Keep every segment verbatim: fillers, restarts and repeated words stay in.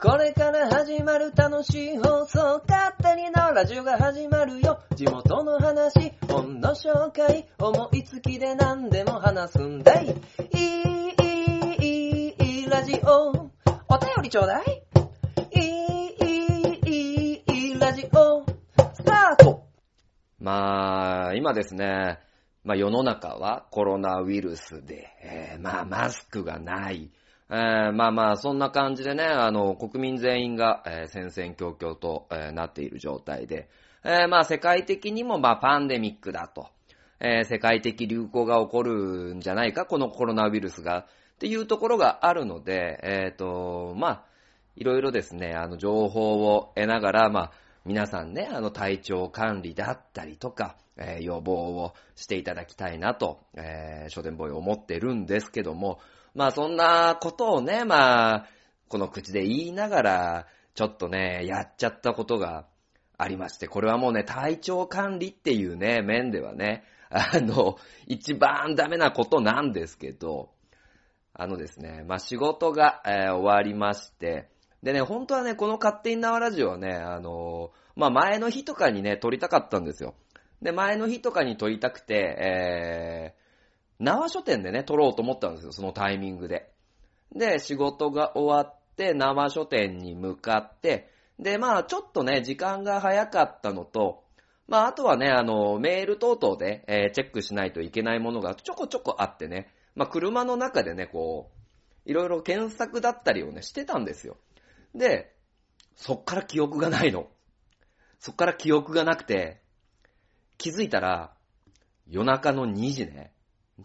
これから始まる楽しい放送、勝手にのラジオが始まるよ。地元の話、本の紹介、思いつきで何でも話すんだい。いい、いい、いいラジオ、お便りちょうだい。いい、いい、いいラジオ、スタート。まあ、今ですね、まあ世の中はコロナウイルスで、えー、まあマスクがない。えー、まあまあそんな感じでね、あの国民全員が、えー、戦々恐々と、えー、なっている状態で、えー、まあ世界的にもまあパンデミックだと、えー、世界的流行が起こるんじゃないか、このコロナウイルスがっていうところがあるので、えっとまあいろいろですね、あの情報を得ながら、まあ皆さんね、あの体調管理だったりとか、えー、予防をしていただきたいなと、えー、書店ボーイ思ってるんですけども、まあそんなことをね、まあ、この口で言いながら、ちょっとね、やっちゃったことがありまして、これはもうね、体調管理っていうね、面ではね、あの、一番ダメなことなんですけど、あのですね、まあ仕事が、えー、終わりまして、でね、本当はね、この勝手に縄ラジオはね、あの、まあ前の日とかにね、撮りたかったんですよ。で、前の日とかに撮りたくて、えー、縄書店でね、撮ろうと思ったんですよ、そのタイミングで。で、仕事が終わって、縄書店に向かって、で、まあ、ちょっとね、時間が早かったのと、まあ、あとはね、あの、メール等々で、えー、チェックしないといけないものがちょこちょこあってね、まあ、車の中でね、こう、いろいろ検索だったりをね、してたんですよ。で、そっから記憶がないの。そっから記憶がなくて、気づいたら、夜中のにじね。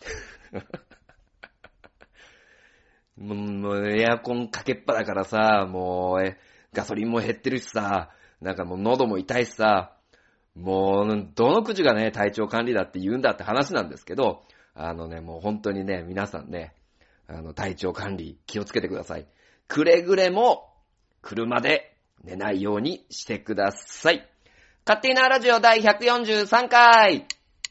もうエアコンかけっぱだからさ、もうえガソリンも減ってるしさ、なんかもう喉も痛いしさ、もうどの口がね体調管理だって言うんだって話なんですけど、あのねもう本当にね皆さんね、あの体調管理気をつけてください。くれぐれも車で寝ないようにしてください。勝手なラジオ第ひゃくよんじゅうさんかい。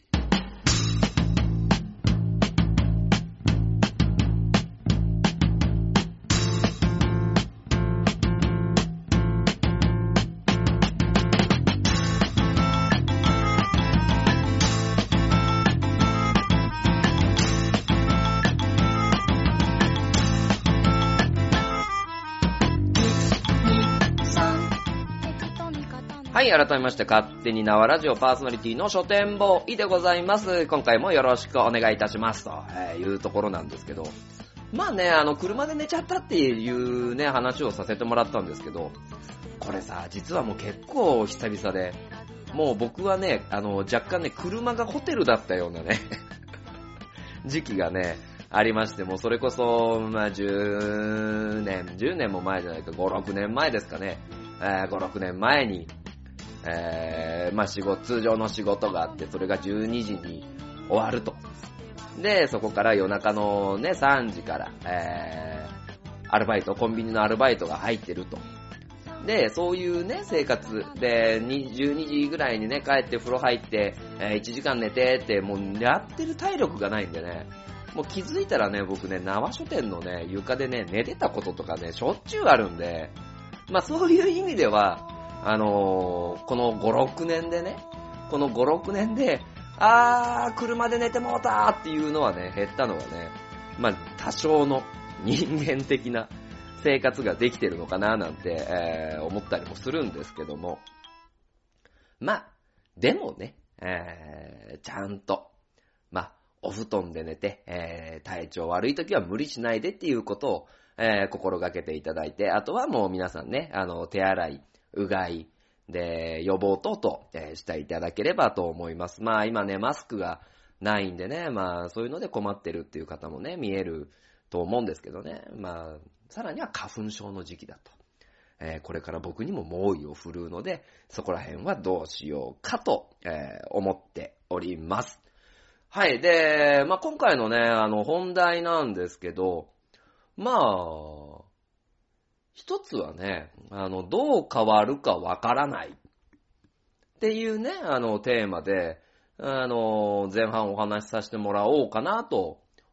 はい、改めまして、勝手に縄ラジオパーソナリティの書店ボーイでございます。今回もよろしくお願いいたしますというところなんですけど、まあね、あの、車で寝ちゃったっていうね、話をさせてもらったんですけど、これさ、実はもう結構久々で、もう僕はね、あの、若干ね、車がホテルだったようなね、時期がね、ありまして、もうそれこそ、まあ、じゅうねん、じゅうねんも前じゃないか、ご、ろくねんまえですかね、えー、ご、ろくねんまえに、えー、まあ仕事、通常の仕事があって、それがじゅうにじに終わると。で、そこから夜中のね、さんじから、えー、アルバイト、コンビニのアルバイトが入ってると。で、そういうね、生活で、じゅうにじぐらいにね、帰って風呂入って、えー、いちじかん寝てって、もうやってる体力がないんでね、もう気づいたらね、僕ね、縄書店のね、床でね、寝てたこととかね、しょっちゅうあるんで、まあそういう意味では、あのー、このご、ろくねんでね、このご、ろくねんで、あー、車で寝てもうたーっていうのはね、減ったのはね、まあ、多少の人間的な生活ができてるのかななんて、えー、思ったりもするんですけども。まあ、でもね、えー、ちゃんと、まあ、お布団で寝て、えー、体調悪い時は無理しないでっていうことを、えー、心がけていただいて、あとはもう皆さんね、あの、手洗い、うがい、で、予防等々、えー、していただければと思います。まあ今ね、マスクがないんでね、まあそういうので困ってるっていう方もね、見えると思うんですけどね。まあ、さらには花粉症の時期だと。えー、これから僕にも猛威を振るうので、そこら辺はどうしようかと、えー、思っております。はい。で、まあ今回のね、あの本題なんですけど、まあ、一つはね、あの、どう変わるかわからないっていうね、あの、テーマで、あの、前半お話しさせてもらおうかなと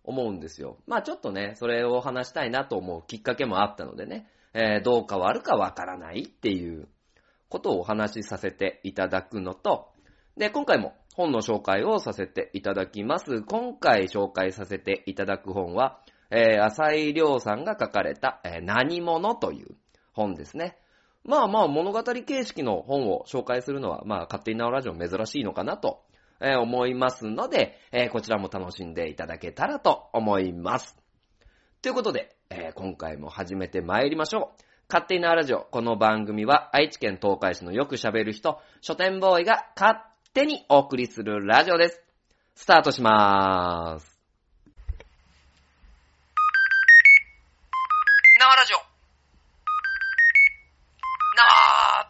思うんですよ。まあちょっとね、それを話したいなと思うきっかけもあったのでね、えー、どう変わるかわからないっていうことをお話しさせていただくのと、で、今回も本の紹介をさせていただきます。今回紹介させていただく本は、えー、浅井亮さんが書かれた、えー、何者という本ですね。まあまあ物語形式の本を紹介するのは、まあ勝手にナオラジオ珍しいのかなと、えー、思いますので、えー、こちらも楽しんでいただけたらと思います。ということで、えー、今回も始めて参りましょう。勝手にナオラジオ。この番組は愛知県東海市のよく喋る人、書店ボーイが勝手にお送りするラジオです。スタートしまーす。ナオラジオ。な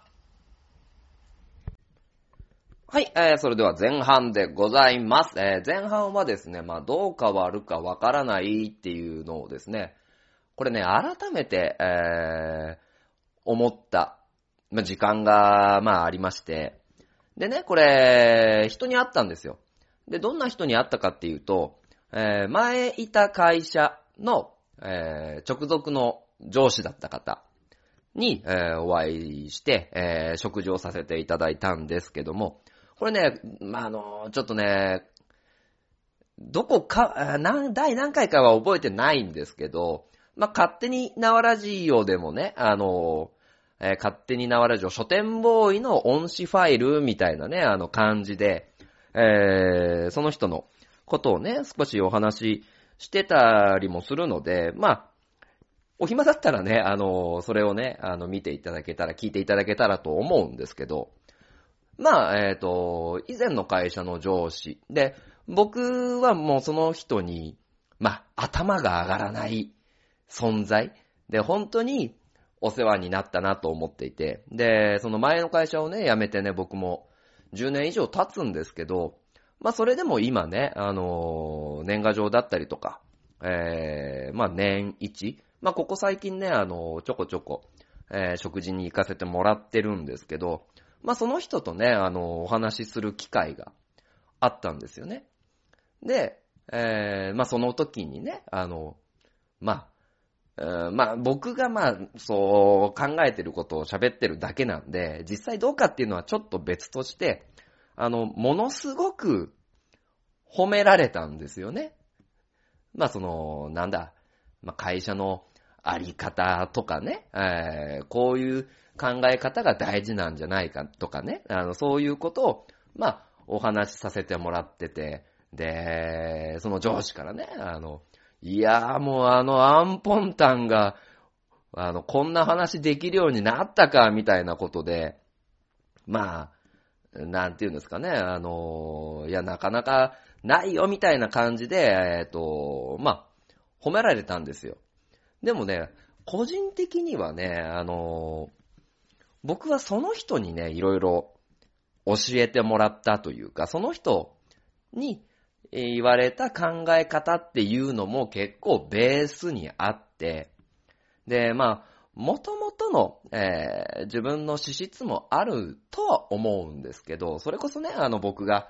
ーはい、えー、それでは前半でございます。えー、前半はですね、まあどう変わるかわからないっていうのをですね、これね、改めて、えー、思った、まあ、時間が、まあありまして、でね、これ、人に会ったんですよ。で、どんな人に会ったかっていうと、えー、前いた会社の、えー、直属の上司だった方に、えー、お会いして、えー、食事をさせていただいたんですけども、これね、まあ、あの、ちょっとね、どこか、何、第何回かは覚えてないんですけど、まあ、勝手にナワラジオでもね、あの、えー、勝手にナワラジオ書店ボーイの音詞ファイルみたいなね、あの感じで、えー、その人のことをね、少しお話ししてたりもするので、まあ、お暇だったらね、あの、それをね、あの、見ていただけたら、聞いていただけたらと思うんですけど、まあ、えっと、以前の会社の上司で、僕はもうその人に、まあ、頭が上がらない存在で、本当にお世話になったなと思っていて、で、その前の会社をね、辞めてね、僕もじゅうねん以上経つんですけど、まあ、それでも今ね、あの、年賀状だったりとか、えー、まあ、年一、まあ、ここ最近ね、あの、ちょこちょこ、えー、食事に行かせてもらってるんですけど、まあ、その人とね、あの、お話しする機会があったんですよね。で、えー、まあ、その時にね、あの、まあ、うん、まあ、僕がまあ、そう考えてることを喋ってるだけなんで、実際どうかっていうのはちょっと別として、あの、ものすごく褒められたんですよね。まあ、その、なんだ、まあ、会社のあり方とかね、えー、こういう考え方が大事なんじゃないかとかね、あの、そういうことを、まあ、お話しさせてもらってて、で、その上司からね、あの、いやーもうあのアンポンタンが、あの、こんな話できるようになったか、みたいなことで、まあ、なんていうんですかね、あの、いや、なかなかないよ、みたいな感じで、えっと、まあ、褒められたんですよ。でもね、個人的にはね、あの、僕はその人にね、いろいろ教えてもらったというか、その人に言われた考え方っていうのも結構ベースにあって、で、まあ、元々の、えー、自分の資質もあるとは思うんですけど、それこそね、あの僕が、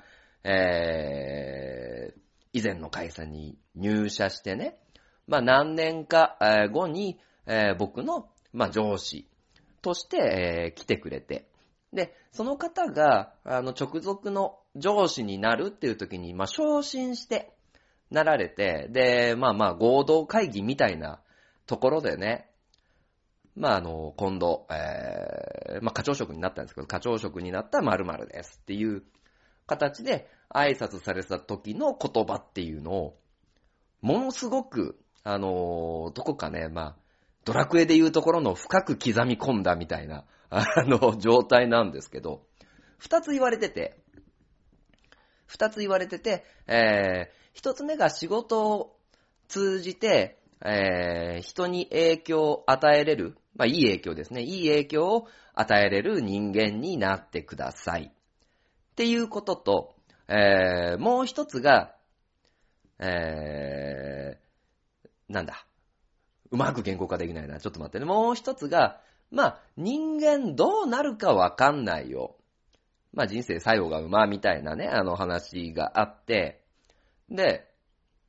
えー、以前の会社に入社してね、まあ何年か後に、えー、僕の、まあ、上司として、えー、来てくれて、で、その方が、あの、直属の上司になるっていう時に、まあ、昇進してなられて、で、まあまあ、合同会議みたいなところでね、まあ、あの、今度、えー、まあ、課長職になったんですけど、課長職になった〇〇ですっていう形で挨拶された時の言葉っていうのを、ものすごく、あの、どこかね、まあ、ドラクエでいうところの深く刻み込んだみたいな、あの、状態なんですけど、二つ言われてて、二つ言われてて、えー、一つ目が仕事を通じて、えー、人に影響を与えれる、まあいい影響ですね、いい影響を与えれる人間になってください。っていうことと、えー、もう一つが、えー、なんだ、うまく言語化できないな。ちょっと待ってね。もう一つが、まあ、人間どうなるかわかんないよ。まあ、人生最後が馬みたいなね、あの話があって、で、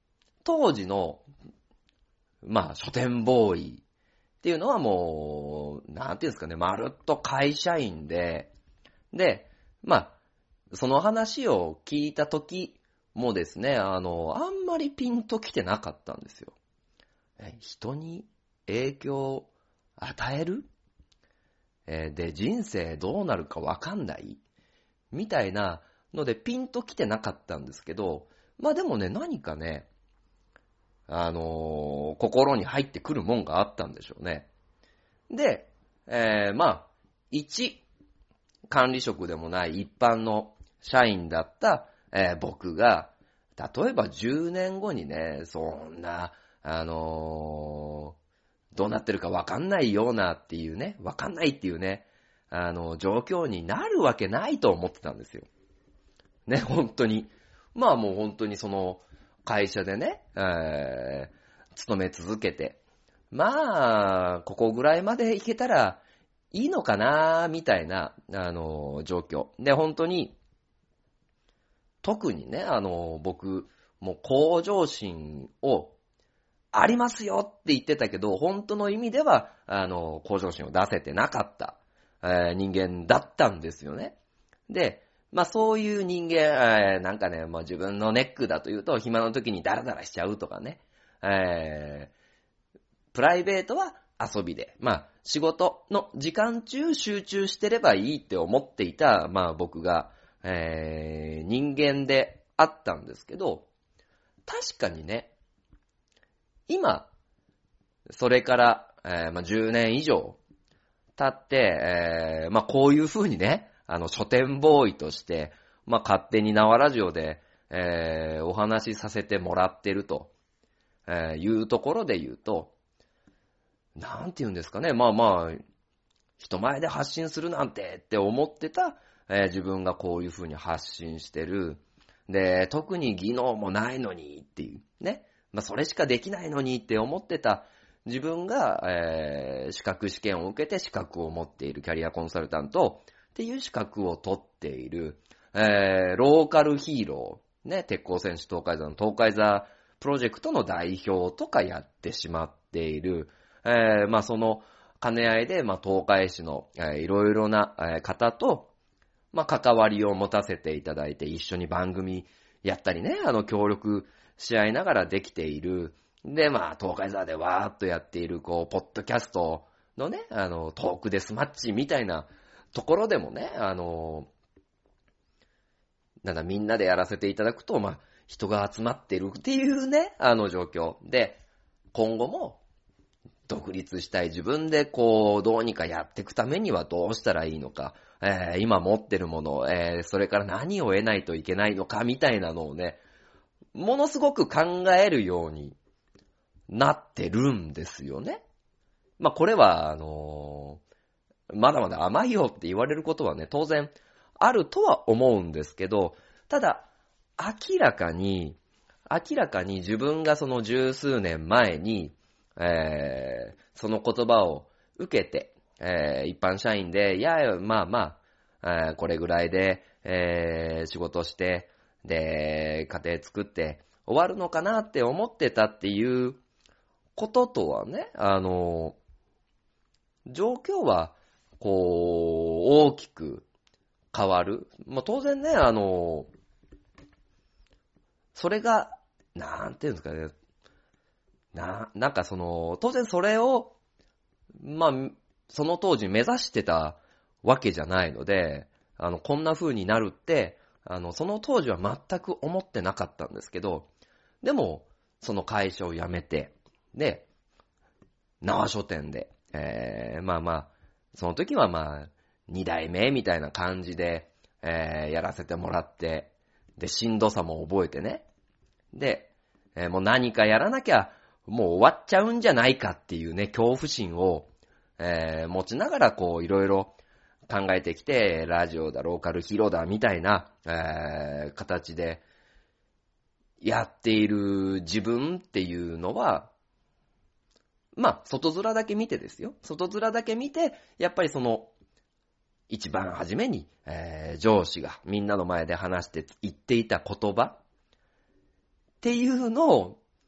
当時の、まあ、書店ボーイっていうのはもう、なんていうんですかね、まるっと会社員で、で、まあ、その話を聞いた時もですね、あの、あんまりピンときてなかったんですよ。え、人に影響を与える？えーで、人生どうなるかわかんないみたいなのでピンときてなかったんですけど、まあでもね、何かね、あのー心に入ってくるもんがあったんでしょうね。で、えーまあ、いち、管理職でもない一般の社員だった、えー僕が、例えばじゅうねんごにね、そんな、あのーどうなってるかわかんないようなっていうね、わかんないっていうね、あの、状況になるわけないと思ってたんですよ。ね、本当に。まあもう本当にその会社でね、えー、勤め続けて、まあ、ここぐらいまでいけたらいいのかな、みたいな、あの、状況。で、本当に、特にね、あの、僕、もう向上心をありますよって言ってたけど、本当の意味では、あの、向上心を出せてなかった、えー人間だったんですよね。で、まあそういう人間、えーなんかね、まあ自分のネックだというと、暇の時にダラダラしちゃうとかね、えープライベートは遊びで、まあ仕事の時間中集中してればいいって思っていた、まあ僕が、えー人間であったんですけど、確かにね、今、それから、えーまあ、じゅうねん以上経って、えーまあ、こういう風にね、あの、書店ボーイとして、まあ、勝手に縄ラジオで、えーお話しさせてもらってると、えーいうところで言うと、なんて言うんですかね、まあまあ、人前で発信するなんてって思ってた、えー自分がこういう風に発信してる。で、特に技能もないのにっていう、ね。まあ、それしかできないのにって思ってた自分が、えー資格試験を受けて資格を持っているキャリアコンサルタントっていう資格を取っている、えーローカルヒーロー、ね、鉄鋼戦士東海座の東海座プロジェクトの代表とかやってしまっている、えーまあ、その兼ね合いで、まあ、東海市の、えーいろいろな、えー方と、まあ、関わりを持たせていただいて、一緒に番組やったりね、あの、協力し合いながらできている。で、まあ、東海座でわーっとやっている、こう、ポッドキャストのね、あの、トークデスマッチみたいなところでもね、あの、なんだ、みんなでやらせていただくと、まあ、人が集まってるっていうね、あの状況で、今後も、独立したい自分でこう、どうにかやっていくためにはどうしたらいいのか、えー今持ってるもの、えーそれから何を得ないといけないのかみたいなのをね、ものすごく考えるようになってるんですよね。まあこれは、あのーまだまだ甘いよって言われることはね、当然あるとは思うんですけど、ただ、明らかに、明らかに自分がその十数年前に、えーその言葉を受けて、えー一般社員で、いや、まあまあ、えーこれぐらいで、えー仕事して、で、家庭作って終わるのかなって思ってたっていうこととはね、あの、状況は、こう、大きく変わる。まあ、当然ね、あの、それが、なんていうんですかね、な、なんかその、当然それを、まあ、その当時目指してたわけじゃないので、あの、こんな風になるって、あの、その当時は全く思ってなかったんですけど、でも、その会社を辞めて、で、縄書店で、えー、まあまあ、その時はまあ、二代目みたいな感じで、えー、やらせてもらって、で、しんどさも覚えてね。で、えーもう何かやらなきゃ、もう終わっちゃうんじゃないかっていうね、恐怖心を、えー持ちながらこう、いろいろ考えてきて、ラジオだ、ローカルヒーローだ、みたいな、えー形で、やっている自分っていうのは、まあ、外面だけ見てですよ。外面だけ見て、やっぱりその、一番初めに、えー上司がみんなの前で話して言っていた言葉っていうのを、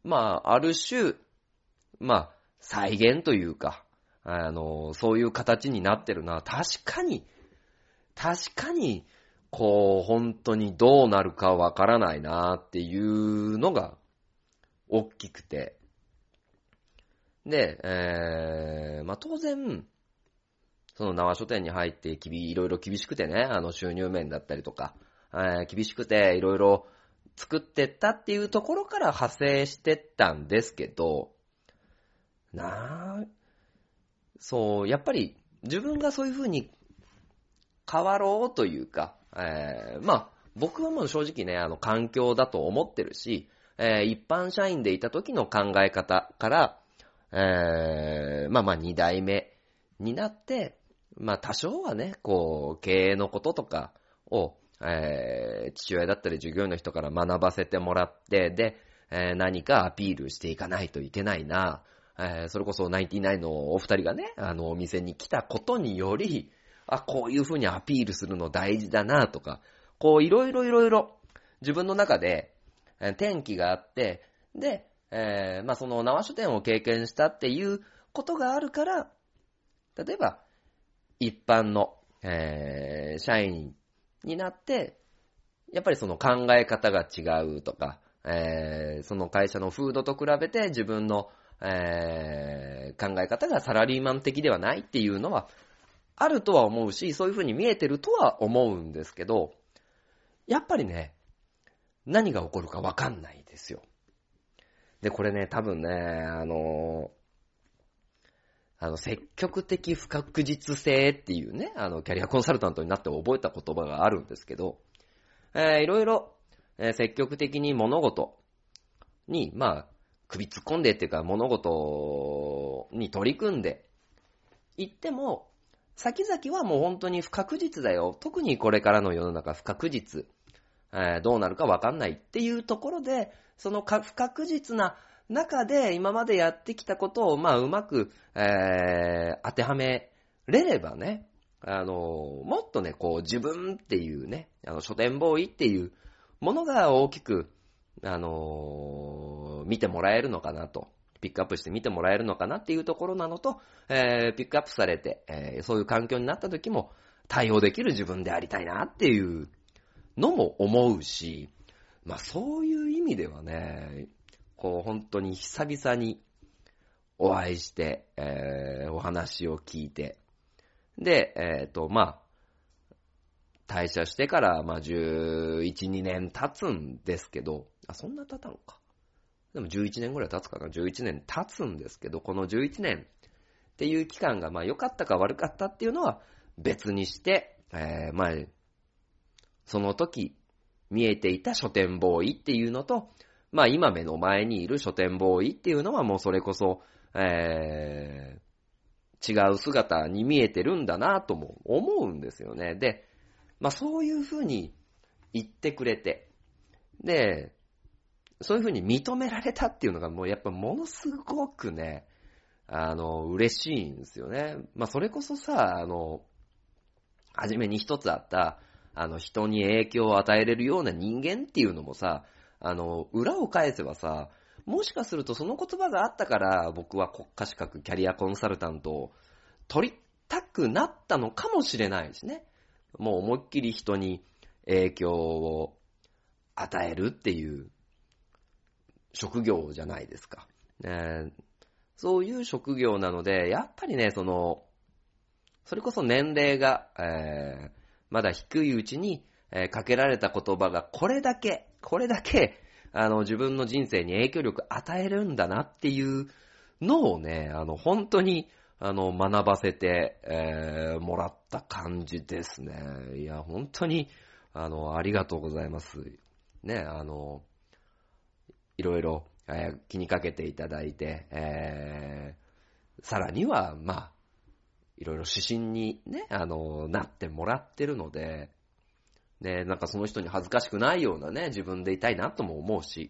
まあ、ある種、まあ、再現というか、あの、そういう形になってるな。確かに、確かに、こう、本当にどうなるかわからないなっていうのが、大きくて。で、えー、まあ当然、その縄書店に入ってきび、いろいろ厳しくてね、あの収入面だったりとか、えー、厳しくていろいろ作ってったっていうところから派生してったんですけど、なあ、そう、やっぱり自分がそういう風に変わろうというか、えー、まあ僕はもう正直ね、あの環境だと思ってるし、えー、一般社員でいた時の考え方から、えー、まあまあ二代目になって、まあ多少はね、こう、経営のこととかを、えー、父親だったり従業員の人から学ばせてもらって、で、えー、何かアピールしていかないといけないな、えー、それこそナインティナインのお二人がね、あのお店に来たことにより、あ、こういう風にアピールするの大事だなとか、こういろいろいろいろ自分の中で、えー、転機があって、で、えー、まあその縄書店を経験したっていうことがあるから、例えば一般の、えー、社員になって、やっぱりその考え方が違うとか、えー、その会社の風土と比べて自分の、えー、考え方がサラリーマン的ではないっていうのはあるとは思うし、そういうふうに見えてるとは思うんですけど、やっぱりね、何が起こるかわかんないですよ。で、これね、多分ね、あの、あの、積極的不確実性っていうね、あの、キャリアコンサルタントになって覚えた言葉があるんですけど、えー、いろいろ、えー、積極的に物事に、まあ、首突っ込んでっていうか、物事に取り組んでいっても、先々はもう本当に不確実だよ。特にこれからの世の中不確実。えー、どうなるかわかんないっていうところで、その不確実な中で今までやってきたことを、まあ、うまく、えー、当てはめれればね、あの、もっとね、こう、自分っていうね、あの、書店ボーイっていうものが大きく、あのー、見てもらえるのかなと、ピックアップして見てもらえるのかなっていうところなのと、えー、ピックアップされて、えー、そういう環境になった時も対応できる自分でありたいなっていうのも思うし、まあそういう意味ではね、こう本当に久々にお会いして、えー、お話を聞いて、で、えっと、まあ、退社してから、まあ、じゅういち、にねん経つんですけど、あ、そんな経たんか。でもじゅういちねんぐらい経つかな。じゅういちねん経つんですけど、このじゅういちねんっていう期間が、まあ、良かったか悪かったっていうのは別にして、えー、まあ、その時、見えていた書店ボーイっていうのと、まあ今目の前にいる書店ボーイっていうのはもうそれこそ、えー、違う姿に見えてるんだなとも思うんですよね。で、まあそういうふうに言ってくれて、で、そういうふうに認められたっていうのがもうやっぱものすごくね、あの、嬉しいんですよね。まあそれこそさ、あの、はじめに一つあった、あの、人に影響を与えれるような人間っていうのもさ、あの、裏を返せばさ、もしかするとその言葉があったから僕は国家資格キャリアコンサルタントを取りたくなったのかもしれないしね。もう思いっきり人に影響を与えるっていう職業じゃないですか。ね、そういう職業なので、やっぱりね、その、それこそ年齢が、えー、まだ低いうちに、えー、かけられた言葉がこれだけ、これだけ、あの、自分の人生に影響力与えるんだなっていうのをね、あの、本当に、あの、学ばせて、えー、もらった感じですね。いや、本当に、あの、ありがとうございます。ね、あの、いろいろ、えー、気にかけていただいて、えー、さらには、まあ、いろいろ指針にね、あの、なってもらってるので、ね、なんかその人に恥ずかしくないようなね、自分でいたいなとも思うし、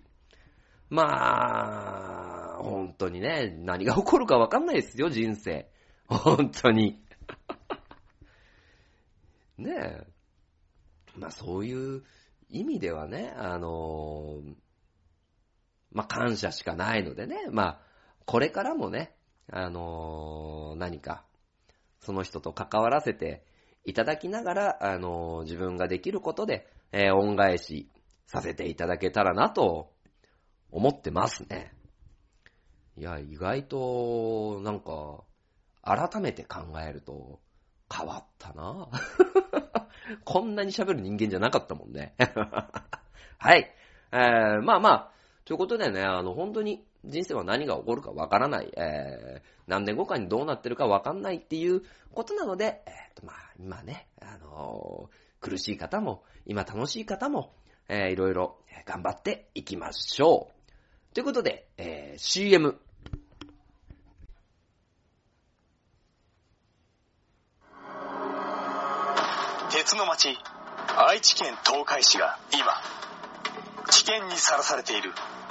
まあ、本当にね、何が起こるか分かんないですよ、人生。本当に。ねえ。まあそういう意味ではね、あの、 まあ、感謝しかないのでね、まあ、これからもね、あのー、何か、その人と関わらせていただきながら、あのー、自分ができることで、えー、恩返しさせていただけたらなと思ってますね。いや、意外と、なんか、改めて考えると、変わったなこんなに喋る人間じゃなかったもんね。はい。えー、まあまあ、ということでね、あの、本当に人生は何が起こるかわからない、えー、何年後かにどうなってるかわかんないっていうことなので、えーと、まあ、今ね、あのー、苦しい方も、今楽しい方も、えー、いろいろ頑張っていきましょう。ということで、えー、シーエム。 鉄の町、愛知県東海市が今、危険にさらされている。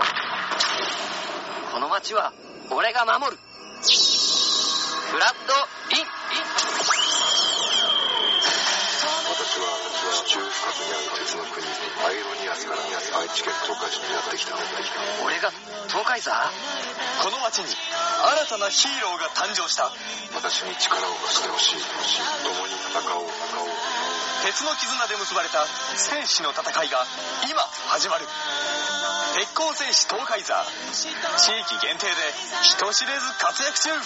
この町は俺が守る。フラッド・リン。 私は地中深くにある鉄の国アイロニアスから愛知県東海市にやってきた。 俺が東海座？ この町に新たなヒーローが誕生した。 私に力を貸してほしい。共に戦おう。 鉄の絆で結ばれた戦士の戦いが今始まる。鉄鋼戦士東海座、地域限定で人知れず活躍中。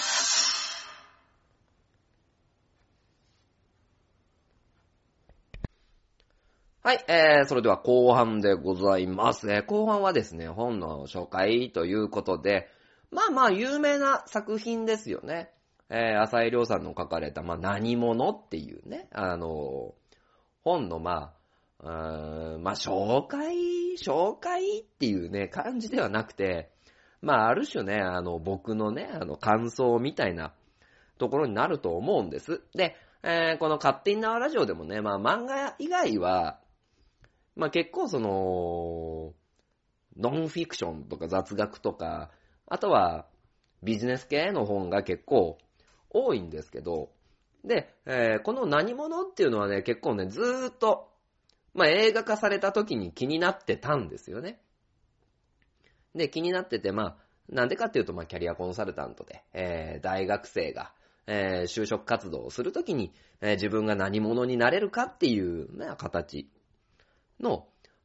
はい、えー、それでは後半でございます。えー、後半はですね、本の紹介ということで、まあまあ有名な作品ですよね。えー、浅井亮さんの書かれた、まあ何者っていうね、あのー、本のまあ、うーん、まあ紹介、紹介っていうね、感じではなくて、まあある種ね、あの僕のね、あの感想みたいなところになると思うんです。で、えー、この勝手に縄ラジオでもね、まあ漫画以外は、まあ結構その、ノンフィクションとか雑学とか、あとはビジネス系の本が結構多いんですけど、で、えー、この何者っていうのはね、結構ね、ずーっと、まあ映画化された時に気になってたんですよね。で、気になってて、まあ、なんでかっていうと、まあキャリアコンサルタントで、えー、大学生が、えー、就職活動をするときに、えー、自分が何者になれるかっていう、ね、形の、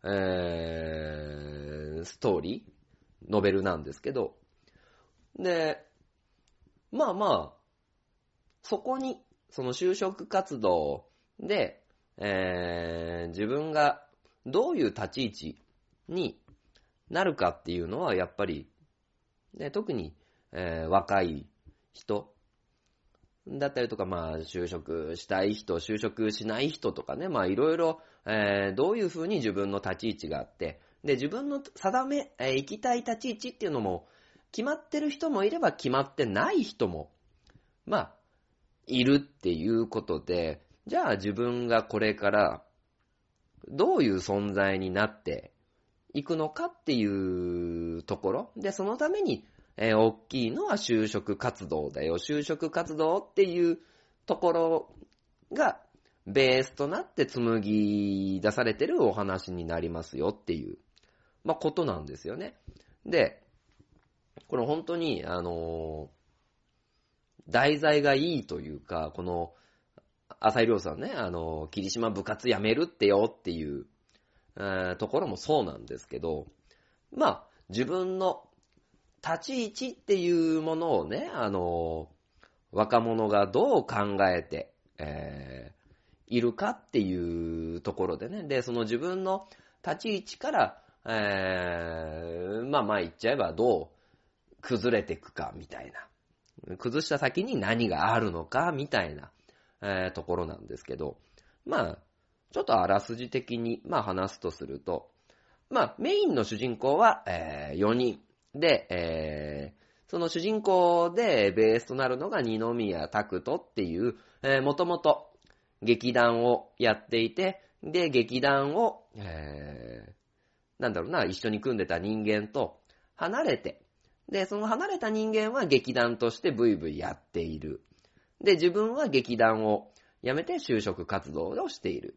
えー、ストーリー、ノベルなんですけど、で、まあまあ、そこに、その就職活動で、えー、自分がどういう立ち位置になるかっていうのは、やっぱり、ね、特に、えー、若い人だったりとか、まあ、就職したい人、就職しない人とかね、まあ、いろいろ、えー、どういうふうに自分の立ち位置があって、で、自分の定め、えー、生きたい立ち位置っていうのも、決まってる人もいれば決まってない人も、まあ、いるっていうことで、じゃあ自分がこれからどういう存在になっていくのかっていうところで、そのために、えー、大きいのは就職活動だよ。就職活動っていうところがベースとなって紡ぎ出されてるお話になりますよっていう、まあ、ことなんですよね。で、これ本当に、あのー、題材がいいというか、この、浅井亮さんね、あのー、霧島部活やめるってよっていう、えー、ところもそうなんですけど、まあ、自分の立ち位置っていうものをね、あのー、若者がどう考えて、えー、いるかっていうところでね、で、その自分の立ち位置から、えー、まあまあ言っちゃえばどう崩れていくかみたいな。崩した先に何があるのかみたいな、えー、ところなんですけど、まあ、ちょっとあらすじ的に、まあ話すとすると、まあメインの主人公は、えー、よにんで、えー、その主人公でベースとなるのが二宮拓人っていう、えー、もともと劇団をやっていて、で、劇団を、えー、なんだろうな、一緒に組んでた人間と離れて、で、その離れた人間は劇団としてブイブイやっている。で、自分は劇団を辞めて就職活動をしている。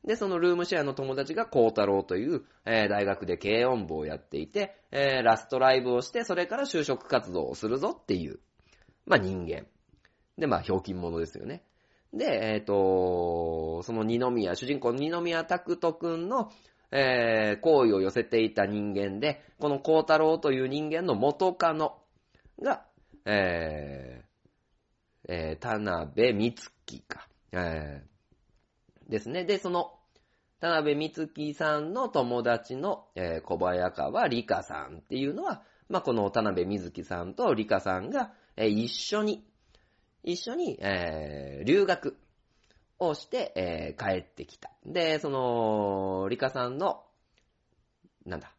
で、そのルームシェアの友達が孝太郎という、えー、大学で軽音部をやっていて、えー、ラストライブをして、それから就職活動をするぞっていう、まあ人間。で、まあ、ひょうきん者ですよね。で、えっと、その二宮、主人公の二宮拓人くんの、えー、好意を寄せていた人間で、この孝太郎という人間の元カノが、えー、えー、田辺美月か、えー、ですね。で、その、田辺美月さんの友達の、えー、小早川理香さんっていうのは、まあ、この田辺美月さんと理香さんが、えー、一緒に、一緒に、えー、留学をして、えー、帰ってきた。で、その、理香さんの、なんだ、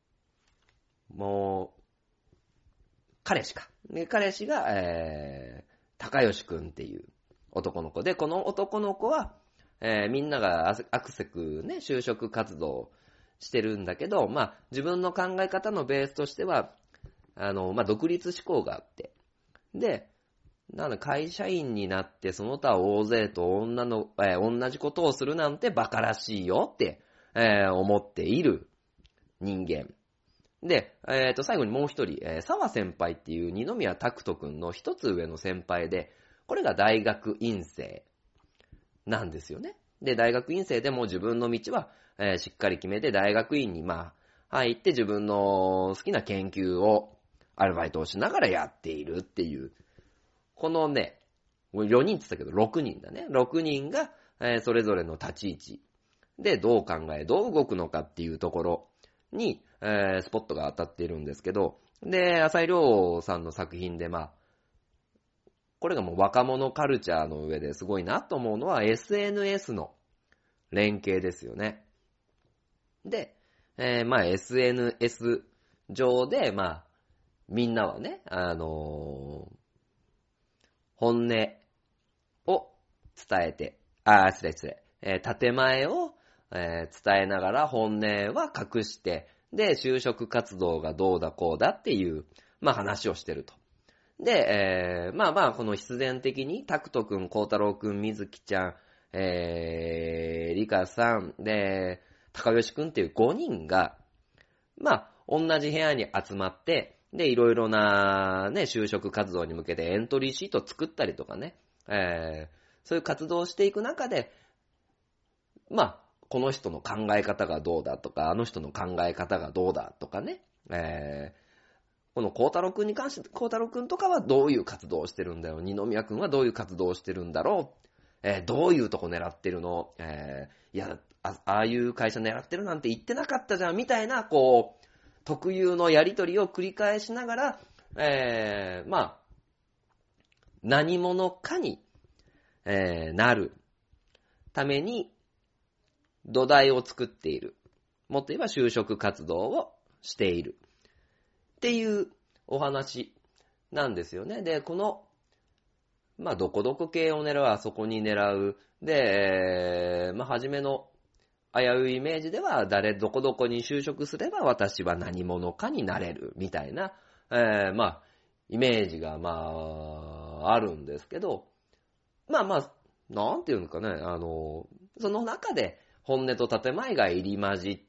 もう、彼氏か。で、彼氏が、えー、高吉くんっていう男の子で、この男の子は、えー、みんながアクセクね、就職活動してるんだけど、まあ、自分の考え方のベースとしては、あの、まあ、独立志向があって、で、なので会社員になってその他大勢と女の、えー、同じことをするなんてバカらしいよって、えー、思っている人間。で、えっと、最後にもう一人、えー、沢先輩っていう二宮拓人くんの一つ上の先輩で、これが大学院生なんですよね。で、大学院生でも自分の道は、えー、しっかり決めて大学院にまあ入って自分の好きな研究をアルバイトをしながらやっているっていう、このね、よにんって言ったけどろくにんだね。ろくにんが、えー、それぞれの立ち位置でどう考え、どう動くのかっていうところに、えー、スポットが当たっているんですけど、で、浅井亮さんの作品でまあ、これがもう若者カルチャーの上ですごいなと思うのは エスエヌエス の連携ですよね。で、えー、まあ エスエヌエス 上で、まあ、みんなはね、あのー、本音を伝えて、あ、失礼失礼、えー、建前を、えー、伝えながら本音は隠して、で、就職活動がどうだこうだっていう、まあ話をしてると。で、えー、まあまあ、この必然的に、タクトくん、コウタロウくん、みずきちゃん、えー、リカさん、で、高吉くんっていうごにんが、まあ、同じ部屋に集まって、で、いろいろな、ね、就職活動に向けてエントリーシート作ったりとかね、えー、そういう活動をしていく中で、まあ、この人の考え方がどうだとか、あの人の考え方がどうだとかね、えー、この孝太郎くんに関して、孝太郎くんとかはどういう活動をしてるんだろう、二宮くんはどういう活動をしてるんだろう、えー、どういうとこ狙ってるの、えー、いやあ、ああいう会社狙ってるなんて言ってなかったじゃん、みたいな、こう、特有のやりとりを繰り返しながら、えー、まあ、何者かに、えー、なるために土台を作っている。もっと言えば就職活動をしている。っていうお話なんですよね。で、この、まあ、どこどこ系を狙う、あそこに狙う。で、まあ、初めの危ういイメージでは、誰、どこどこに就職すれば私は何者かになれる、みたいな、えー、まあ、イメージが、まあ、あるんですけど、まあまあ、なんていうのかね、あの、その中で本音と建前が入り混じって、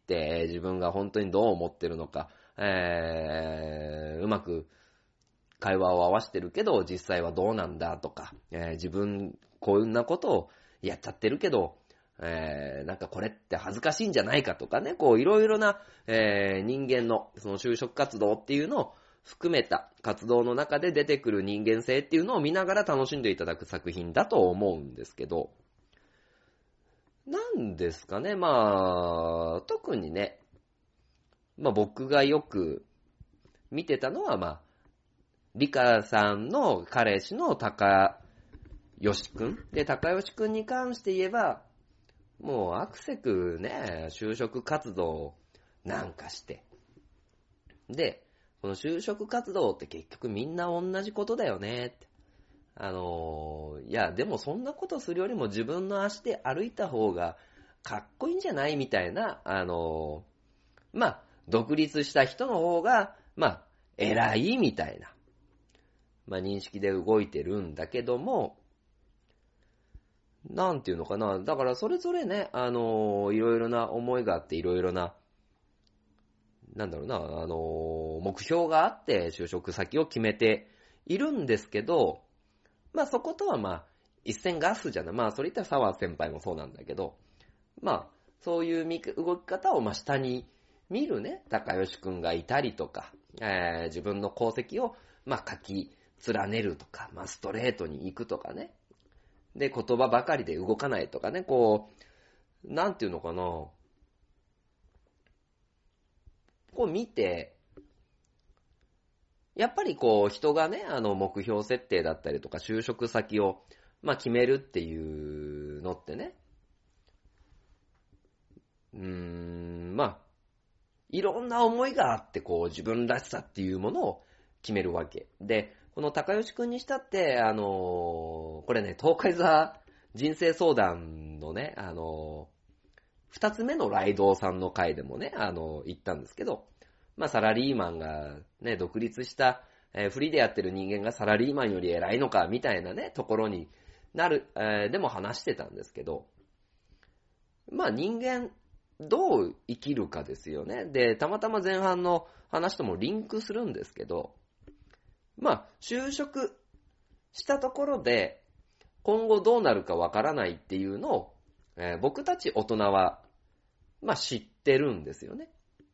自分が本当にどう思ってるのか、えー、うまく会話を合わせてるけど、実際はどうなんだとか、えー、自分、こんなことをやっちゃってるけど、えー、なんかこれって恥ずかしいんじゃないかとかね、こういろいろな、えー、人間のその就職活動っていうのを含めた活動の中で出てくる人間性っていうのを見ながら楽しんでいただく作品だと思うんですけど、なんですかね、まあ、特にね、まあ僕がよく見てたのは、まあ、リカさんの彼氏の高吉くん。で、高吉くんに関して言えば、もうアクセクね、就職活動なんかして。で、この就職活動って結局みんな同じことだよねって。あのー、いや、でもそんなことするよりも自分の足で歩いた方がかっこいいんじゃないみたいな、あのー、まあ、独立した人の方が、まあ、偉いみたいな、まあ、認識で動いてるんだけども、 なんていうのかな。だからそれぞれね、あのー、いろいろな思いがあって、いろいろな、なんだろうな、あのー、目標があって就職先を決めているんですけど、まあそことはまあ、一線ガスじゃない。まあそれ言ったら沢先輩もそうなんだけど、まあ、そういう動き方をまあ下に見るね、高吉くんがいたりとか、えー、自分の功績をまあ書き連ねるとか、まあストレートに行くとかね。で、言葉ばかりで動かないとかね、こう、なんていうのかな、こう見て、やっぱりこう人がね、あの目標設定だったりとか就職先をまあ決めるっていうのってね、うーん、まあ、いろんな思いがあってこう自分らしさっていうものを決めるわけ。で、この高吉くんにしたって、あのー、これね、東海座人生相談のね、あのー、二つ目のライドウさんの回でもね、あのー、言ったんですけど、まあサラリーマンがね、独立した、えー、フリーでやってる人間がサラリーマンより偉いのか、みたいなね、ところになる、えー、でも話してたんですけど、まあ人間、どう生きるかですよね。で、たまたま前半の話ともリンクするんですけど、まあ、就職したところで、今後どうなるかわからないっていうのを、えー、僕たち大人は、まあ知ってるんですよね。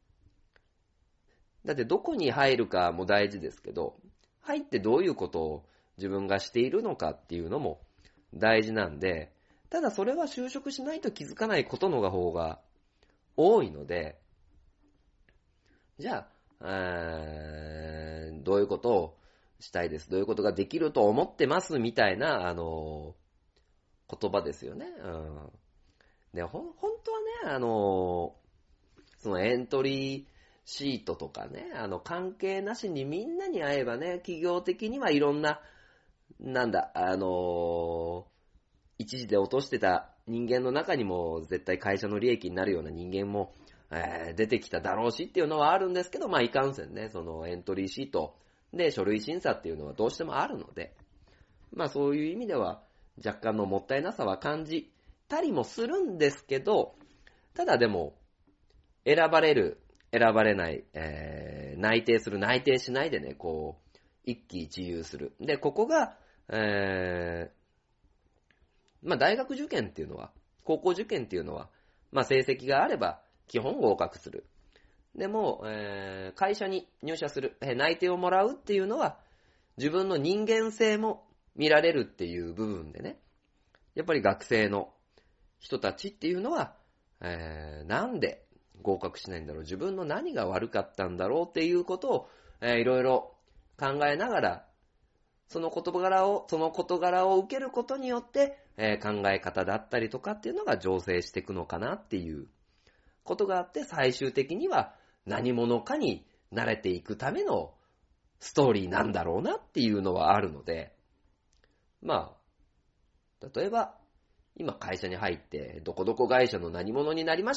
だってどこに入るかも大事ですけど、入ってどういうことを自分がしているのかっていうのも大事なんで、ただそれは就職しないと気づかないことの方が多いので、じゃあ、えー、どういうことをしたいです。どういうことができると思ってますみたいな、あのー、言葉ですよね。うん。で、ほん、本当はね、あのー、そのエントリーシートとかね、あの、関係なしにみんなに会えばね、企業的にはいろんな、なんだ、あのー、一時で落としてた人間の中にも絶対会社の利益になるような人間も、えー、出てきただろうしっていうのはあるんですけど、まあいかんせんね、そのエントリーシートで書類審査っていうのはどうしてもあるので、まあそういう意味では若干のもったいなさは感じたりもするんですけど、ただでも選ばれる、選ばれない、えー、内定する、内定しないでね、こう一喜一憂する。で、ここが、えー、まあ大学受験っていうのは、高校受験っていうのは、まあ成績があれば基本合格する。でも、えー、会社に入社する、えー、内定をもらうっていうのは、自分の人間性も見られるっていう部分でね、やっぱり学生の人たちっていうのは、えー、なんで合格しないんだろう、自分の何が悪かったんだろうっていうことを、えー、いろいろ考えながら、その事柄を、その事柄を受けることによって、えー、考え方だったりとかっていうのが醸成していくのかなっていうことがあって、最終的には何者かに慣れていくためのストーリーなんだろうなっていうのはあるので、まあ、例えば、今会社に入って、どこどこ会社の何者になりました。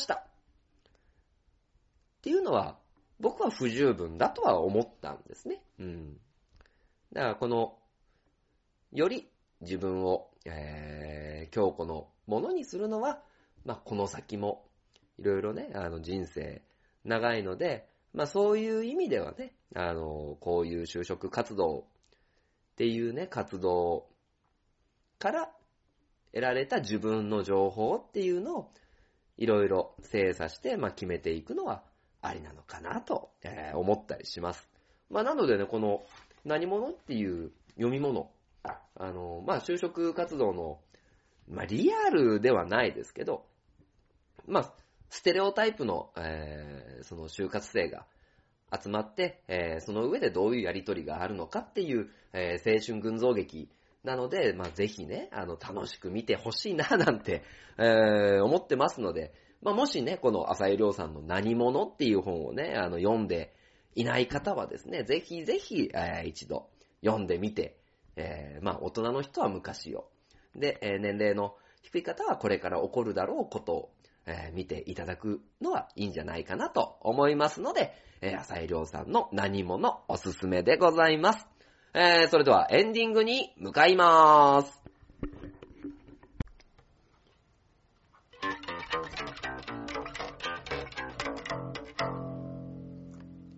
っていうのは、僕は不十分だとは思ったんですね。うん。だからこの、より自分を、えー、強固のものにするのは、まあ、この先も、いろいろね、あの人生長いので、まあそういう意味ではね、あの、こういう就職活動っていうね、活動から得られた自分の情報っていうのをいろいろ精査して、まあ決めていくのはありなのかなと、えー、思ったりします。まあなのでね、この何者っていう読み物、あの、まあ就職活動の、まあリアルではないですけど、まあ、ステレオタイプの、えー、その就活生が集まって、えー、その上でどういうやりとりがあるのかっていう、えー、青春群像劇なので、まあ、ぜひね、あの、楽しく見てほしいな、なんて、えー、思ってますので、まあ、もしね、この浅井亮さんの何者っていう本をね、あの、読んでいない方はですね、ぜひぜひ、えー、一度読んでみて、えー、まあ、大人の人は昔を。で、えー、年齢の低い方はこれから起こるだろうことを、えー、見ていただくのはいいんじゃないかなと思いますので、えー、浅井亮さんの何者おすすめでございます。えー、それではエンディングに向かいます。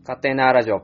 勝手なラジオ。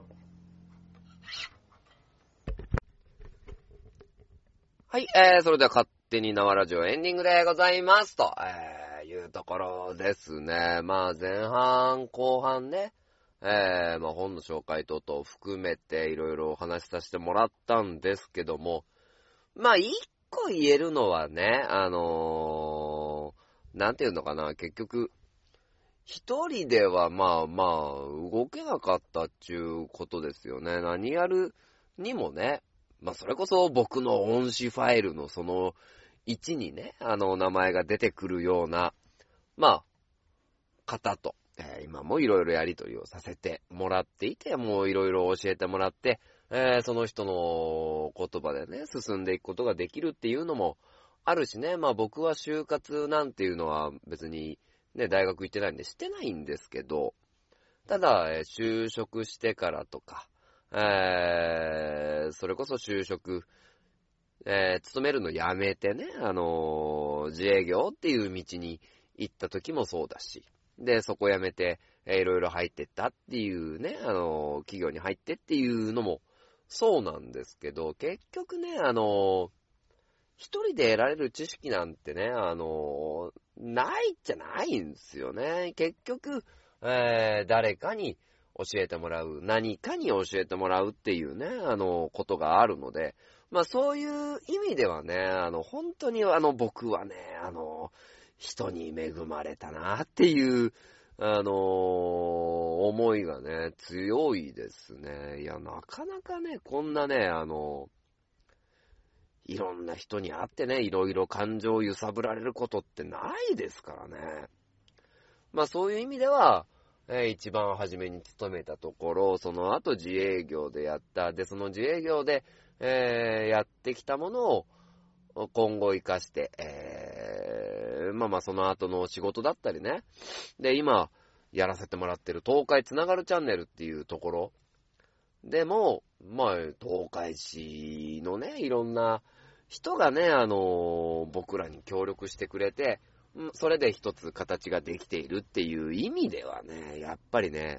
はい、えー、それでは勝手に縄ラジオエンディングでございますと、えー、いうところですね。まあ前半後半ね、えー、まあ本の紹介等々含めていろいろお話しさせてもらったんですけども、まあ一個言えるのはね、あのー、なんていうのかな、結局一人ではまあまあ動けなかったっちゅうことですよね。何やるにもね、まあそれこそ僕の音詞ファイルのそのいちにね、あの名前が出てくるような、まあ、方と、えー、今もいろいろやりとりをさせてもらっていて、もういろいろ教えてもらって、えー、その人の言葉でね、進んでいくことができるっていうのもあるしね、まあ僕は就活なんていうのは別にね、大学行ってないんでしてないんですけど、ただ、えー、就職してからとか、えー、それこそ就職、えー、勤めるのやめてね、あのー、自営業っていう道に行った時もそうだし、で、そこ辞めて、えー、いろいろ入ってったっていうね、あのー、企業に入ってっていうのもそうなんですけど、結局ね、あのー、一人で得られる知識なんてね、あのー、ないじゃないんですよね。結局、えー、誰かに教えてもらう、何かに教えてもらうっていうね、あのー、ことがあるので、まあそういう意味ではね、あの、本当にあの、僕はね、あの、人に恵まれたなっていう、あの、思いがね、強いですね。いや、なかなかね、こんなね、あの、いろんな人に会ってね、いろいろ感情を揺さぶられることってないですからね。まあそういう意味では、えー、一番初めに勤めたところ、その後自営業でやった。で、その自営業で、えー、やってきたものを今後活かして、えー、まあまあその後の仕事だったりね。で、今やらせてもらってる東海つながるチャンネルっていうところでも、まあ東海市のね、いろんな人がね、あのー、僕らに協力してくれて、それで一つ形ができているっていう意味ではね、やっぱりね、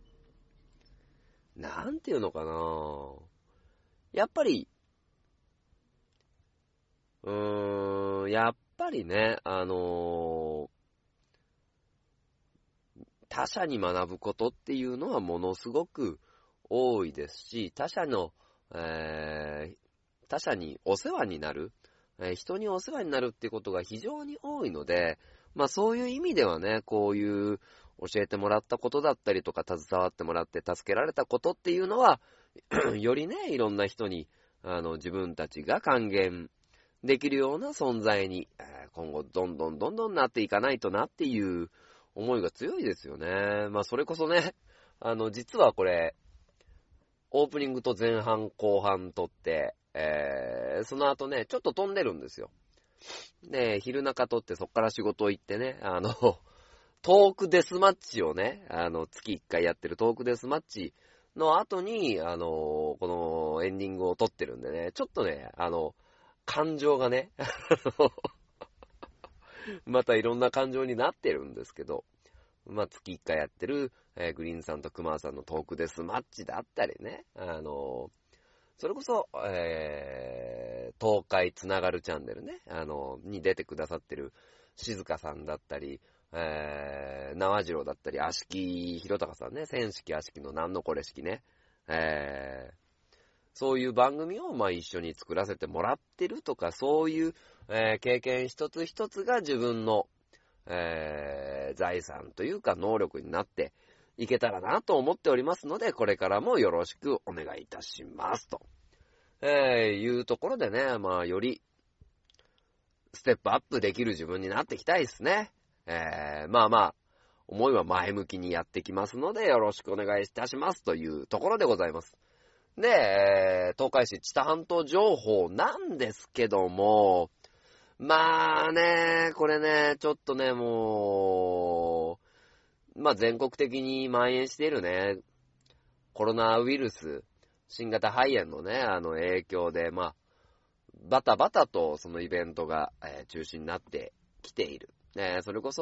なんていうのかな、やっぱり、うーん、やっぱりね、あのー、他者に学ぶことっていうのはものすごく多いですし、他者の、えー、他者にお世話になる、えー、人にお世話になるっていうことが非常に多いので、まあそういう意味ではね、こういう教えてもらったことだったりとか、携わってもらって助けられたことっていうのは、よりね、いろんな人に、あの、自分たちが還元できるような存在に、今後どんどんどんどんなっていかないとなっていう思いが強いですよね。まあそれこそね、あの、実はこれ、オープニングと前半後半撮って、えー、その後ね、ちょっと飛んでるんですよ。で、昼中撮ってそっから仕事行ってね、あの、トークデスマッチをね、あの、月いっかいやってるトークデスマッチの後に、あの、このエンディングを撮ってるんでね、ちょっとね、あの、感情がね、またいろんな感情になってるんですけど、まあ、月いっかいやってる、えー、グリーンさんとクマさんのトークデスマッチだったりね、あの、それこそ、えー、東海つながるチャンネルね、あの、に出てくださってる静香さんだったり、えー、縄次郎だったり、足木弘隆さんね、千式足木のなんのこれ式ね、えー、そういう番組をまあ一緒に作らせてもらってるとか、そういう、えー、経験一つ一つが自分の、えー、財産というか能力になっていけたらなと思っておりますので、これからもよろしくお願いいたしますと、えー、いうところでね、まあよりステップアップできる自分になっていきたいですね。えー、まあまあ思いは前向きにやってきますのでよろしくお願いいたしますというところでございます。で、えー、東海市知多半島情報なんですけども、まあね、これね、ちょっとね、もう、まあ全国的に蔓延しているね、コロナウイルス、新型肺炎のね、あの影響で、まあ、バタバタとそのイベントが、えー、中止になってきている。ね、それこそ、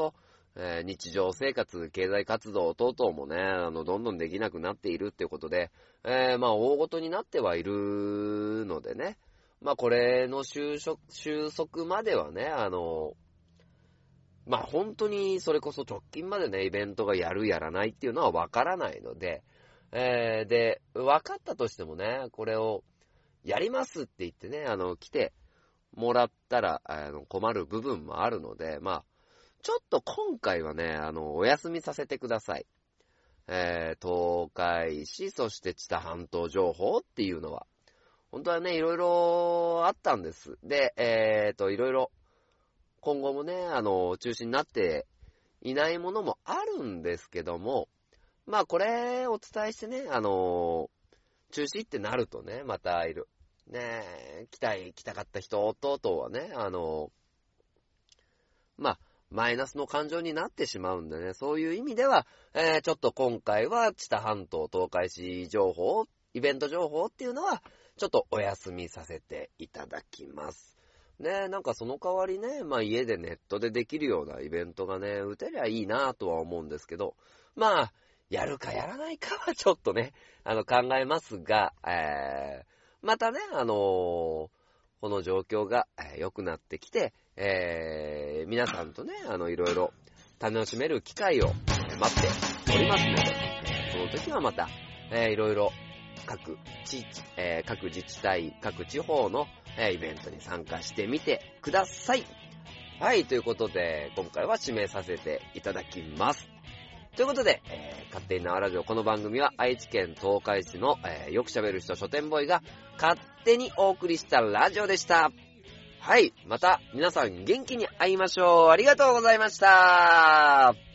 えー、日常生活、経済活動等々もね、あの、どんどんできなくなっているっていうことで、えー、まあ、大ごとになってはいるのでね、まあ、これの収束、収束まではね、あの、まあ、本当にそれこそ直近までね、イベントがやるやらないっていうのはわからないので、えー、で、分かったとしてもね、これをやりますって言ってね、あの、来てもらったら、あの、困る部分もあるので、まあ、ちょっと今回はね、あの、お休みさせてください。えー、東海市、そして知多半島情報っていうのは、本当はね、いろいろあったんです。で、えーと、いろいろ、今後もね、あの、中止になっていないものもあるんですけども、まあこれお伝えしてね、あのー、中止ってなるとね、またいる。ねえ、来たい、来たかった人とはね、あのー、まあ、マイナスの感情になってしまうんでね、そういう意味では、えー、ちょっと今回は知多半島東海市情報、イベント情報っていうのは、ちょっとお休みさせていただきます。ねえ、なんかその代わりね、まあ家でネットでできるようなイベントがね、打てりゃいいなとは思うんですけど、まあ、やるかやらないかはちょっとね、あの考えますが、えー、またね、あのー、この状況が良くなってきて、えー、皆さんとね、あの、いろいろ楽しめる機会を待っておりますので、その時はまた、えー、いろいろ各地、えー、各自治体、各地方の、えー、イベントに参加してみてください。はい、ということで、今回は指名させていただきます。ということで、えー、勝手に縄ラジオ、この番組は愛知県東海市の、えー、よく喋る人書店ボーイが勝手にお送りしたラジオでした。はい、また皆さん元気に会いましょう。ありがとうございました。